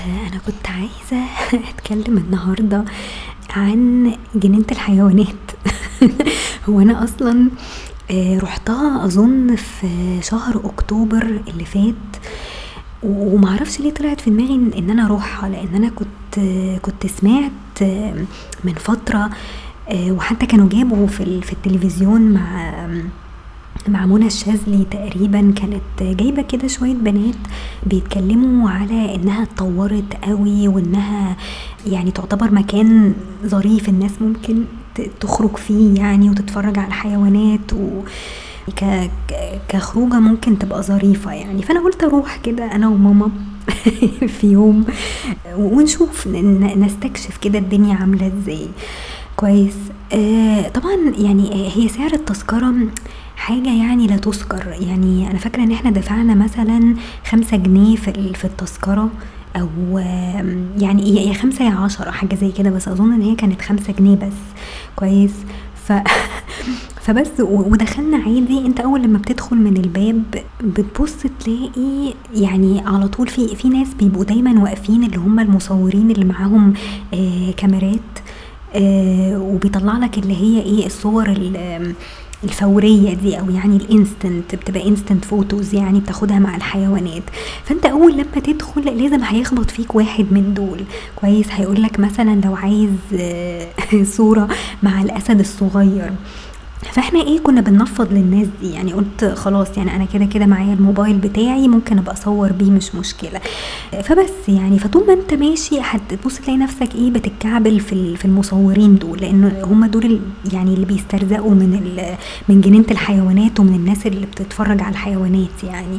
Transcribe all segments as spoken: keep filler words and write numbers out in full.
أنا كنت عايزة أتكلم النهاردة عن جنينة الحيوانات. هو أنا أصلا آه، رحتها أظن في شهر أكتوبر اللي فات، و- ومعرفش ليه طلعت في دماغي إن إن أنا أروحها، لأن أنا كنت كنت سمعت آه، من فترة، آه، وحتى كانوا جابوا في ال- في التلفزيون مع مع منى الشاذلي تقريبا، كانت جايبة كده شوية بنات بيتكلموا على انها اتطورت قوي، وانها يعني تعتبر مكان ظريف الناس ممكن ت- تخرج فيه يعني وتتفرج على الحيوانات، و ك... ك- كخروجة ممكن تبقى ظريفة يعني. فانا قلت اروح كده انا وماما في يوم ونشوف، ن- نستكشف كده الدنيا عاملة ازاي. كويس. آه طبعا يعني آه، هي سعر التذكرة حاجة يعني لا تذكر. يعني انا فاكرة ان احنا دفعنا مثلا خمسة جنيه في ال- في التذكرة، او آم، يعني يا يا خمسة يا عشرة حاجة زي كده، بس اظن ان هي كانت خمسة جنيه بس. كويس. ف فبس و- ودخلنا عادي. انت اول لما بتدخل من الباب بتبص تلاقي يعني على طول في في ناس بيبقوا دايما واقفين، اللي هم المصورين اللي معاهم آه كاميرات، آه وبيطلع لك اللي هي ايه الصور ال- آم، الفورية دي، او يعني الانستنت، بتبقى انستنت فوتوز يعني بتاخدها مع الحيوانات. فانت اول لما تدخل لازم هيخبط فيك واحد من دول. كويس. هيقولك مثلا لو عايز آه، صورة مع الاسد الصغير. فاحنا ايه كنا بننفض للناس دي، يعني قلت خلاص يعني انا كده كده معايا الموبايل بتاعي ممكن ابقى اصور بيه مش مشكله. فبس يعني فطول ما انت ماشي هتبص تلاقي نفسك ايه بتتكعبل في ال- في المصورين دول، لان هم دول ال- يعني اللي بيسترزقوا من ال- من جنينه الحيوانات ومن الناس اللي بتتفرج على الحيوانات يعني.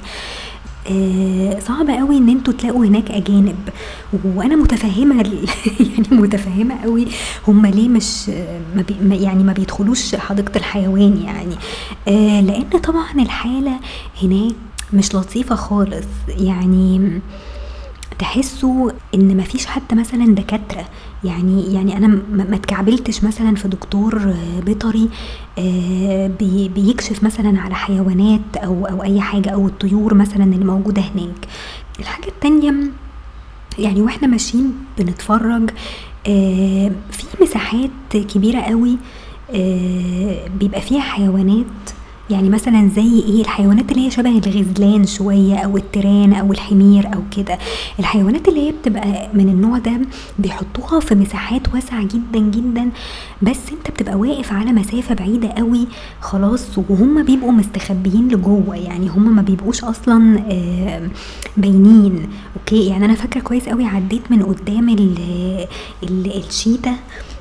آه، صعب قوي ان انتوا تلاقوا هناك اجانب، وانا متفهمه ال- يعني متفهمه قوي هم ليه مش ما بي ما- يعني ما بيدخلوش حديقه الحيوان يعني. آه، لان طبعا الحاله هناك مش لطيفه خالص يعني. تحسوا ان مفيش حتى مثلا دكاترة، يعني يعني انا ما ما اتكعبلتش مثلا في دكتور آه، بيطري آه، بي- بيكشف مثلا على حيوانات او او اي حاجة، او الطيور مثلا اللي موجودة هناك. الحاجة التانية يعني واحنا ماشيين بنتفرج، آه، في مساحات كبيرة قوي آه، بيبقى فيها حيوانات، يعني مثلا زي ايه الحيوانات اللي هي شبه الغزلان شوية، او التيران او الحمير او كده. الحيوانات اللي هي بتبقى من النوع ده بيحطوها في مساحات واسعة جدا جدا، بس انت بتبقى واقف على مسافة بعيدة قوي خلاص، وهم بيبقوا مستخبيين لجوه، يعني هم ما بيبقوش اصلا آه، باينين. اوكي. يعني انا فاكرة كويس قوي عديت من قدام ال ال الشيتا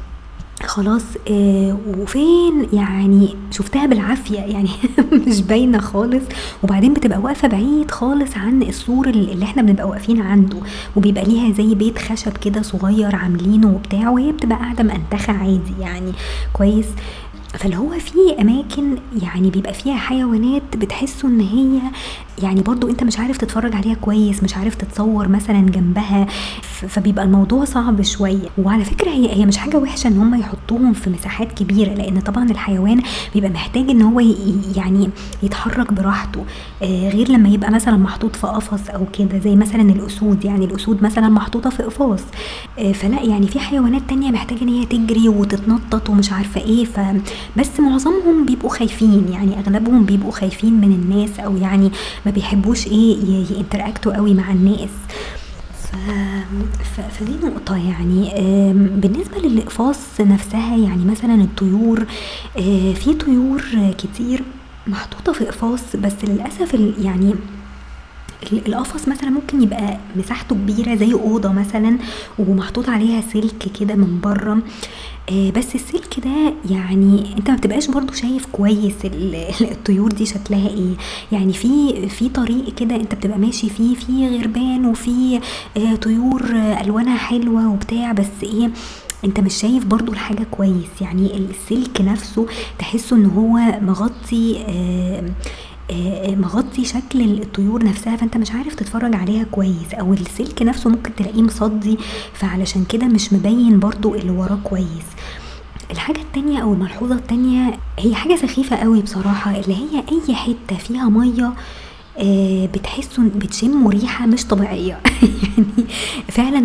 خلاص، آه وفين يعني شفتها بالعافية يعني مش باينة خالص. وبعدين بتبقى واقفة بعيد خالص عن السور ال- اللي احنا بنبقى واقفين عنده، وبيبقى ليها زي بيت خشب كده صغير عاملينه وبتاع، وهي بتبقى قاعدة مأنتخة عادي يعني. كويس. فاللي هو في اماكن يعني بيبقى فيها حيوانات بتحسوا ان هي يعني برضو انت مش عارف تتفرج عليها كويس، مش عارف تتصور مثلا جنبها. ف- فبيبقى الموضوع صعب شوية. وعلى فكرة هي هي مش حاجة وحشة ان هم يحطوهم في مساحات كبيرة، لان طبعا الحيوان بيبقى محتاج ان هو ي- يعني يتحرك براحته، آه غير لما يبقى مثلا محطوط في قفص او كده، زي مثلا الاسود. يعني الاسود مثلا محطوطة في قفص، آه فلا يعني في حيوانات تانية محتاجة ان هي تجري وتتنطط ومش عارفة ايه. ف بس معظمهم بيبقوا خايفين، يعني اغلبهم بيبقوا خايفين من الناس، او يعني ما بيحبوش ايه ي- ينتراكتوا قوي مع الناس. ف... ف... فدي نقطة يعني. آم، بالنسبة للإقفاص نفسها، يعني مثلا الطيور، آه، في طيور كتير محطوطة في إقفاص، بس للأسف ال- يعني ال- القفص مثلا ممكن يبقى مساحته كبيرة زي أوضة مثلا، ومحطوط عليها سلك كده من بره. آه بس السلك ده يعني انت ما بتبقاش برضو شايف كويس ال- الطيور دي شكلها ايه. يعني في في طريق كده انت بتبقى ماشي فيه، في غربان وفي آه طيور آه الوانها حلوة وبتاع، بس ايه انت مش شايف برضو الحاجة كويس. يعني السلك نفسه تحسه ان هو مغطي آه آه، مغطي شكل الطيور نفسها، فانت مش عارف تتفرج عليها كويس، او السلك نفسه ممكن تلاقيه مصدي، فعلشان كده مش مبين برضو اللي وراه كويس. الحاجة التانية او الملحوظة التانية هي حاجة سخيفة قوي بصراحة، اللي هي اي حتة فيها مية آه، بتحسوا بتشموا ريحة مش طبيعية يعني فعلا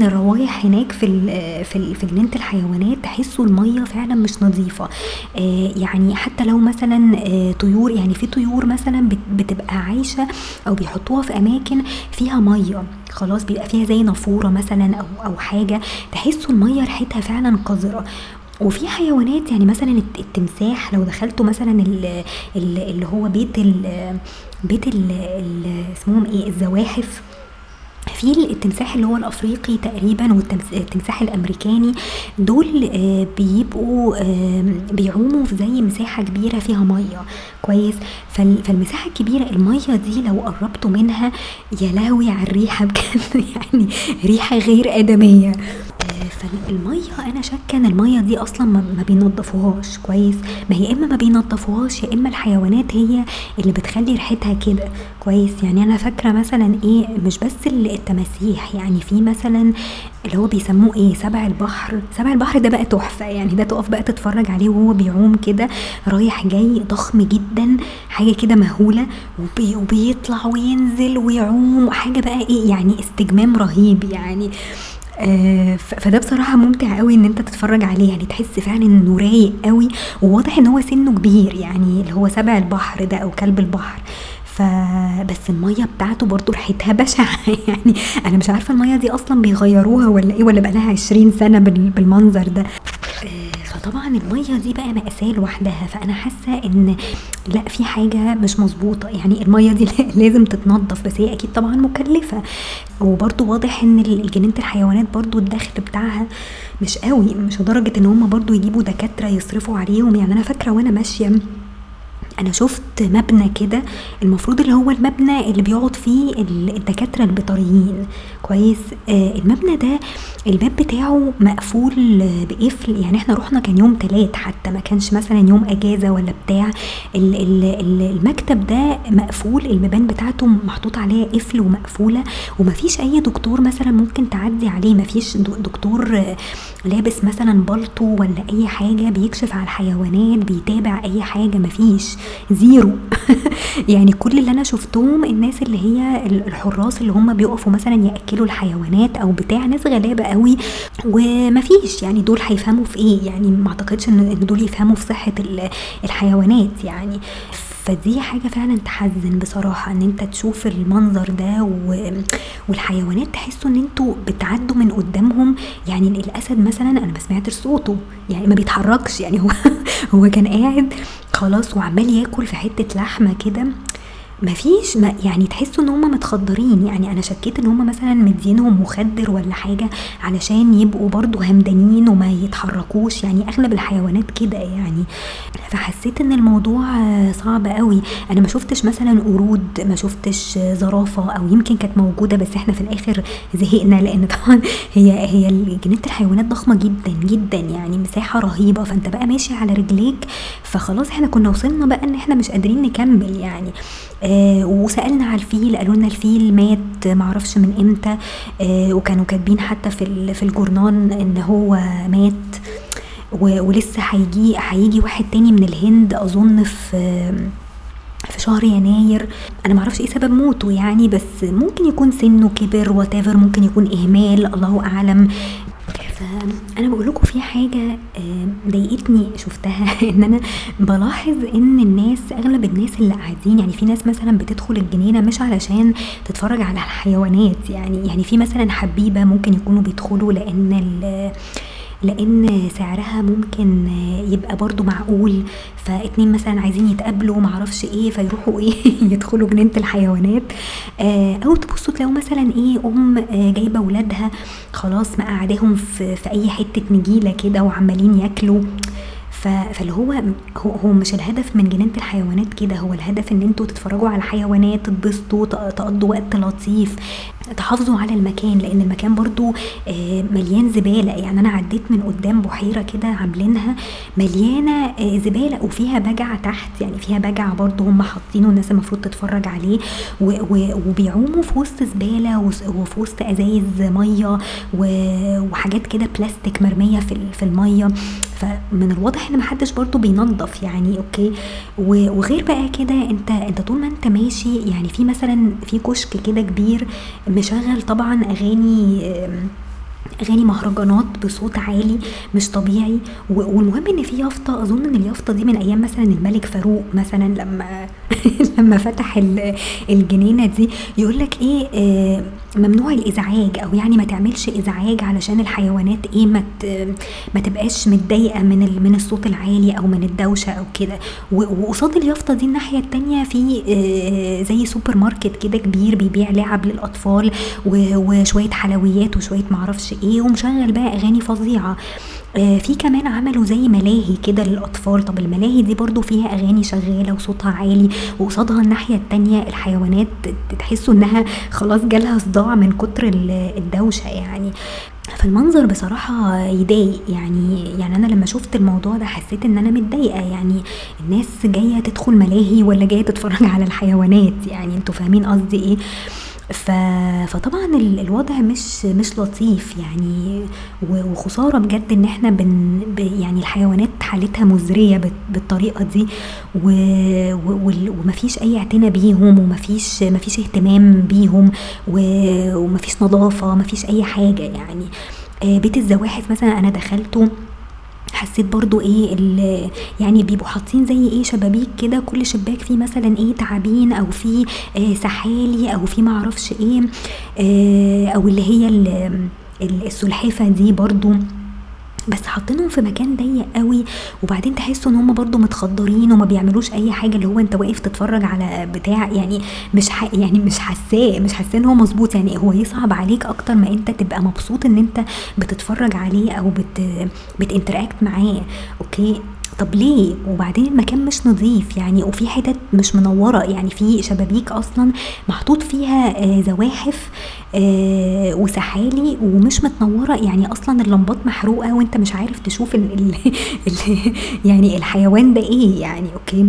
الروايح هناك في ال- في ال- في جنينة الحيوانات تحسوا المية فعلا مش نظيفة. آه، يعني حتى لو مثلا آه، طيور، يعني في طيور مثلا بت- بتبقى عايشة او بيحطوها في اماكن فيها مية، خلاص بيبقى فيها زي نافورة مثلا او او حاجة، تحسوا المية ريحتها فعلا قذرة. وفي حيوانات يعني مثلا الت- التمساح، لو دخلتوا مثلا ال- ال- اللي هو بيت ال بيت ال ال- اسمهم ايه، الزواحف، في التمساح اللي هو الافريقي تقريبا والتمساح الامريكاني، دول آه، بيبقوا آه، بيعوموا في زي مساحة كبيرة فيها مية، كويس. فال- فالمساحة الكبيرة المية دي لو قربتوا منها، يا لهوي على الريحة بجد يعني ريحة غير آدمية. آه، فالمية انا شاكه ان المية دي اصلا ما ما بينضفوهاش كويس، ما هي اما ما بينضفوهاش يا اما الحيوانات هي اللي بتخلي ريحتها كده، كويس. يعني انا فاكره مثلا ايه، مش بس ال- التماسيح، يعني في مثلا اللي هو بيسموه ايه، سبع البحر. سبع البحر ده بقى تحفه، يعني ده تقف بقى تتفرج عليه وهو بيعوم كده رايح جاي، ضخم جدا، حاجه كده مهوله، وبي وبيطلع وينزل ويعوم، حاجه بقى ايه يعني، استجمام رهيب يعني. آه، ف- فده بصراحة ممتع قوي ان انت تتفرج عليه، يعني تحس فعلا انه رايق قوي، وواضح ان هو سنه كبير، يعني اللي هو سبع البحر ده او كلب البحر. فبس المية بتاعته برضو ريحتها بشعة يعني انا مش عارفة المية دي اصلا بيغيروها ولا ايه، ولا بقالها عشرين سنة بال- بالمنظر ده. آه، فطبعا المية دي بقى مأساة لوحدها، فانا حاسة ان لا، في حاجة مش مظبوطة، يعني المية دي لازم تتنضف، بس هي اكيد طبعا مكلفة. وبرضو واضح ان ال- جنينة الحيوانات برضو الدخل بتاعها مش قوي، مش لدرجة ان هم برضو يجيبوا دكاترة يصرفوا عليهم. يعني انا فاكرة وانا ماشية انا شفت مبنى كده، المفروض اللي هو المبنى اللي بيقعد فيه ال- الدكاترة البيطريين، كويس. آه المبنى ده الباب بتاعه مقفول آه، بقفل، يعني احنا رحنا كان يوم تلات، حتى ما كانش مثلا يوم اجازة ولا بتاع. ال- ال- ال- المكتب ده مقفول، البيبان بتاعته محطوط عليها قفل ومقفولة، ومفيش اي دكتور مثلا ممكن تعدي عليه، مفيش دو- دكتور آه، لابس مثلا بالطو ولا اي حاجة بيكشف على الحيوانات بيتابع اي حاجة، مفيش، زيرو يعني كل اللي انا شفتهم الناس اللي هي ال- الحراس اللي هم بيقفوا مثلا ياكلوا الحيوانات او بتاع، ناس غلابه قوي، ومفيش يعني دول هيفهموا في ايه، يعني ما اعتقدش ان إن دول يفهموا في صحه ال- الحيوانات يعني. فدي حاجة فعلا تحزن بصراحة، ان انت تشوف المنظر ده و... والحيوانات تحسوا ان انتوا بتعدوا من قدامهم. يعني الاسد مثلا انا ما سمعتش صوته، يعني ما بيتحركش، يعني هو هو كان قاعد خلاص وعمال ياكل في حتة لحمة كده، مفيش ما يعني تحسوا ان هم متخدرين، يعني انا شكيت ان هم مثلا مدينهم مخدر ولا حاجة علشان يبقوا برضو همدانين وما يتحركوش، يعني اغلب الحيوانات كده يعني. فحسيت ان الموضوع آه، صعب قوي. انا ما شفتش مثلا قرود، ما شفتش آه، زرافة، او يمكن كانت موجودة بس احنا في الاخر زهقنا، لان طبعا هي هي جنينة الحيوانات ضخمة جدا جدا، يعني مساحة رهيبة، فانت بقى ماشي على رجليك، فخلاص احنا كنا وصلنا بقى ان احنا مش قادرين نكمل يعني. آه وسألنا على الفيل، قالوا لنا الفيل مات معرفش من امتى، آه وكانوا كاتبين حتى في ال- في الجورنان ان هو مات، و- ولسه هيجي هيجي واحد تاني من الهند اظن في في شهر يناير. انا معرفش ايه سبب موته يعني، بس ممكن يكون سنه كبر واتيفر، ممكن يكون اهمال، الله اعلم. فانا بقول لكم في حاجه آه، ضايقتني شفتها ان انا بلاحظ ان الناس، اغلب الناس اللي قاعدين، يعني في ناس مثلا بتدخل الجنينه مش علشان تتفرج على الحيوانات، يعني يعني في مثلا حبيبه ممكن يكونوا بيدخلوا لان ال لان سعرها ممكن يبقى برضو معقول، فاتنين مثلا عايزين يتقابلوا معرفش ايه فيروحوا ايه يدخلوا جنينة الحيوانات. آه، او تبصوا تلاقوا مثلا ايه ام آه، جايبة ولادها خلاص مقعداهم في, في اي حتة نجيلة كده وعمالين ياكلوا. ف- فاللي هو هو هو مش الهدف من جنينة الحيوانات كده، هو الهدف ان انتوا تتفرجوا على الحيوانات، تتبسطوا، ت- تقضوا وقت لطيف، تحافظوا على المكان، لان المكان برضو آه، مليان زبالة. يعني انا عديت من قدام بحيرة كده عاملينها مليانة آه، زبالة، وفيها بجع تحت، يعني فيها بجع برضو هم حاطينه الناس المفروض تتفرج عليه، و- و- وبيعوموا في وسط زبالة وس- وفي وسط ازايز مية و- وحاجات كده بلاستيك مرمية في ال- في المية. فمن الواضح ان محدش برضو بينظف يعني، اوكي. و- وغير بقى كده، انت انت طول ما انت ماشي، يعني في مثلا في كشك كده كبير مشغل طبعا اغاني آم، اغاني مهرجانات بصوت عالي مش طبيعي. والمهم ان في يافطه، اظن ان اليافطه دي من ايام مثلا الملك فاروق مثلا لما لما فتح الجنينه دي، يقول لك ايه آه ممنوع الازعاج، او يعني ما تعملش ازعاج علشان الحيوانات ايه ما ما تبقاش متضايقه من من الصوت العالي او من الدوشه او كده. وقصاد اليافطه دي الناحيه التانية في آه زي سوبر ماركت كده كبير بيبيع لعب للاطفال وشويه حلويات وشويه معرفش ايه، ومشغل بقى اغاني فظيعه. آه في كمان عملوا زي ملاهي كده للاطفال. طب الملاهي دي برضو فيها اغاني شغاله وصوتها عالي، وقصادها الناحيه التانية الحيوانات تحسوا انها خلاص جالها صداع من كتر الدوشه يعني. فالمنظر بصراحة يضايق يعني. يعني انا لما شفت الموضوع ده حسيت ان انا متضايقة، يعني الناس جاية تدخل ملاهي ولا جاية تتفرج على الحيوانات؟ يعني انتوا فاهمين قصدي ايه؟ ف... فطبعا الوضع مش مش لطيف يعني. وخسارة بجد ان احنا بن... ب... يعني الحيوانات حالتها مزرية بالطريقة دي، و... و... ومفيش اي اعتناء بيهم، ومفيش مفيش اهتمام بيهم، و... ومفيش نظافة، مفيش اي حاجة يعني. بيت الزواحف مثلا انا دخلته، حسيت برضو ايه يعني بيبقوا حاطين زي ايه شبابيك كده، كل شباك فيه مثلا ايه تعابين او فيه آه سحالي او فيه معرفش ايه آه او اللي هي السلحفة دي برضو، بس حاطينهم في مكان ضيق قوي. وبعدين تحسوا ان هم برضو متخدرين وما بيعملوش اي حاجه، اللي هو انت واقف تتفرج على بتاع يعني مش ح... يعني مش حاساه مش حاساه ان هو مظبوط. يعني هو يصعب عليك اكتر ما انت تبقى مبسوط ان انت بتتفرج عليه او بت بتانتراكت معاه. اوكي طب ليه؟ وبعدين المكان مش نظيف يعني، وفي حتت مش منوره، يعني في شبابيك اصلا محطوط فيها آه زواحف آه وسحالي ومش متنوره، يعني اصلا اللمبات محروقه وانت مش عارف تشوف ال ال ال يعني الحيوان ده ايه يعني. اوكي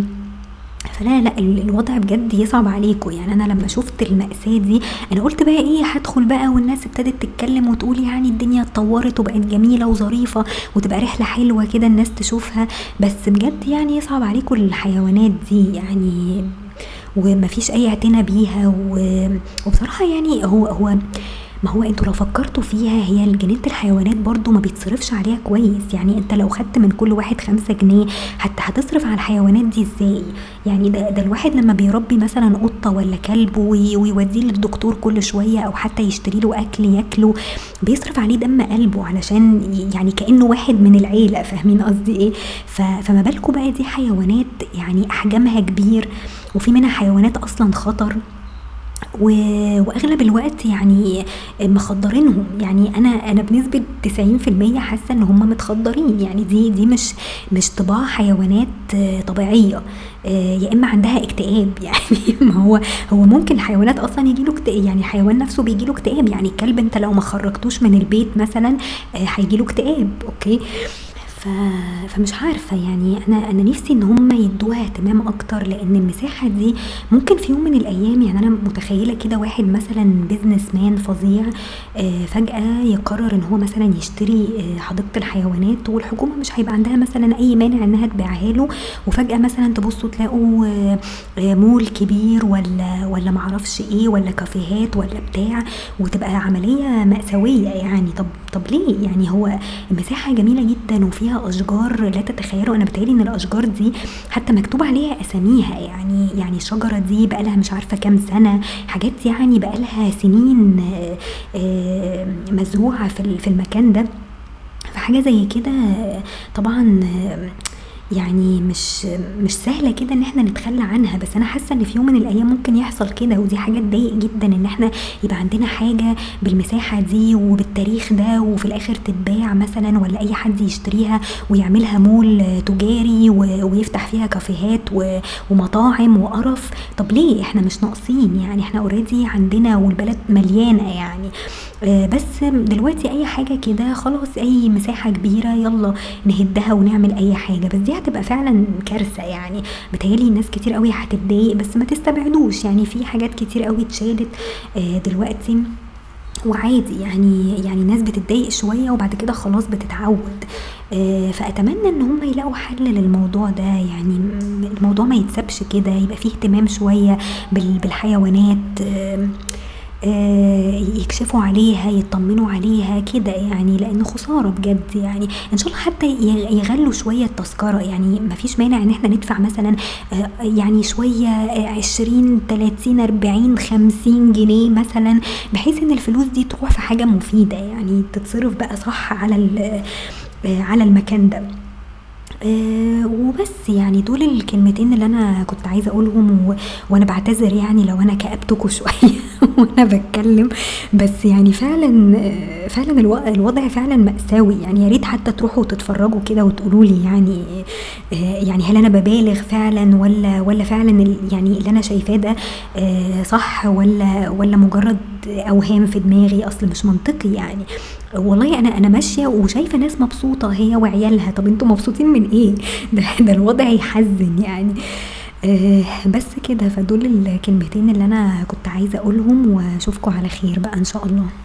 فلا لا الوضع بجد يصعب عليكم يعني. انا لما شفت المأساة دي انا قلت بقى ايه، هدخل بقى والناس ابتدت تتكلم وتقول يعني الدنيا اتطورت وبقت جميلة وظريفة وتبقى رحلة حلوة كده الناس تشوفها، بس بجد يعني يصعب عليكم الحيوانات دي يعني، ومفيش اي اعتناء بيها. وبصراحة يعني هو هو ما هو انتوا لو فكرتوا فيها، هي جنينة الحيوانات برضو ما بيتصرفش عليها كويس. يعني انت لو خدت من كل واحد خمسة جنيه حتى هتصرف على الحيوانات دي ازاي؟ يعني ده, ده الواحد لما بيربي مثلا قطة ولا كلب ويوديه للدكتور كل شوية او حتى يشتري له اكل ياكله، بيصرف عليه دم قلبه علشان يعني كأنه واحد من العيلة. فاهمين قصدي ايه؟ فما بالكم بقى دي حيوانات يعني احجامها كبير، وفي منها حيوانات اصلا خطر، واغلب الوقت يعني مخدرينهم. يعني انا انا بنسبه تسعين في المية حاسه ان هم متخدرين. يعني دي دي مش مش طباع حيوانات طبيعيه، يا اما عندها اكتئاب يعني. ما هو هو ممكن الحيوانات اصلا يجيله اكتئاب، يعني الحيوان نفسه بيجيله اكتئاب. يعني الكلب انت لو ما خرجتوش من البيت مثلا هيجيله اكتئاب. اوكي ف... فمش عارفة يعني انا انا نفسي ان هم يدوها اهتمام اكتر، لان المساحة دي ممكن في يوم من الايام، يعني انا متخيلة كده واحد مثلا بيزنس مان فظيع آه فجأة يقرر ان هو مثلا يشتري آه حديقة الحيوانات، والحكومة مش هيبقى عندها مثلا اي مانع انها تبيعها له، وفجأة مثلا تبصوا تلاقوا آه آه مول كبير ولا ولا معرفش ايه ولا كافيهات ولا بتاع، وتبقى عملية مأساوية يعني. طب طب ليه؟ يعني هو المساحة جميلة جدا وفيها اشجار لا تتخيلوا. انا بتهيألي ان الاشجار دي حتى مكتوب عليها اساميها، يعني يعني الشجره دي بقى لها مش عارفه كام سنه، حاجات يعني بقى لها سنين مزروعه في في المكان ده. فحاجه زي كده طبعا يعني مش مش سهله كده ان احنا نتخلى عنها، بس انا حاسه ان في يوم من الايام ممكن يحصل كده، ودي حاجه تضايق جدا ان احنا يبقى عندنا حاجه بالمساحه دي وبالتاريخ ده وفي الاخر تتباع مثلا، ولا اي حد يشتريها ويعملها مول تجاري ويفتح فيها كافيهات ومطاعم وقرف. طب ليه؟ احنا مش ناقصين يعني، احنا اوريدي عندنا والبلد مليانه يعني. بس دلوقتي اي حاجه كده خلاص، اي مساحه كبيره يلا نهدها ونعمل اي حاجه، بس دي هتبقى فعلا كارثه يعني. بتهيالي ناس كتير قوي هتتضايق، بس ما تستبعدوش يعني في حاجات كتير قوي اتشالت دلوقتي وعادي يعني. يعني ناس بتتضايق شويه وبعد كده خلاص بتتعود. فاتمنى ان هم يلاقوا حل للموضوع ده، يعني الموضوع ما يتسابش كده، يبقى فيه اهتمام شويه بالحيوانات. آه، يكشفوا عليها يطمنوا عليها كده يعني، لان خسارة بجد يعني. ان شاء الله حتى ي- يغلوا شوية التذكرة، يعني مفيش مانع ان احنا ندفع مثلا آه، يعني شوية آه، عشرين تلاتين اربعين خمسين جنيه مثلا، بحيث ان الفلوس دي تروح في حاجة مفيدة يعني، تتصرف بقى صح على ال- آه، على المكان ده. آه وبس يعني، دول الكلمتين اللي انا كنت عايزه اقولهم و... وانا بعتذر يعني لو انا كأبتكوا شويه وانا بتكلم. بس يعني فعلا آه، فعلا الو... الوضع فعلا مأساوي يعني. يا ريت حتى تروحوا تتفرجوا كده وتقولوا لي يعني آه، يعني هل انا ببالغ فعلا، ولا ولا فعلا ال- يعني اللي انا شايفاه ده آه، صح، ولا ولا مجرد اوهام في دماغي، اصل مش منطقي يعني. والله انا انا ماشيه وشايفه ناس مبسوطه هي وعيالها، طب انتوا مبسوطين من ايه؟ ده ده الوضع يحزن يعني. آه بس كده، فدول الكلمتين اللي انا كنت عايزه اقولهم، واشوفكم على خير بقى ان شاء الله.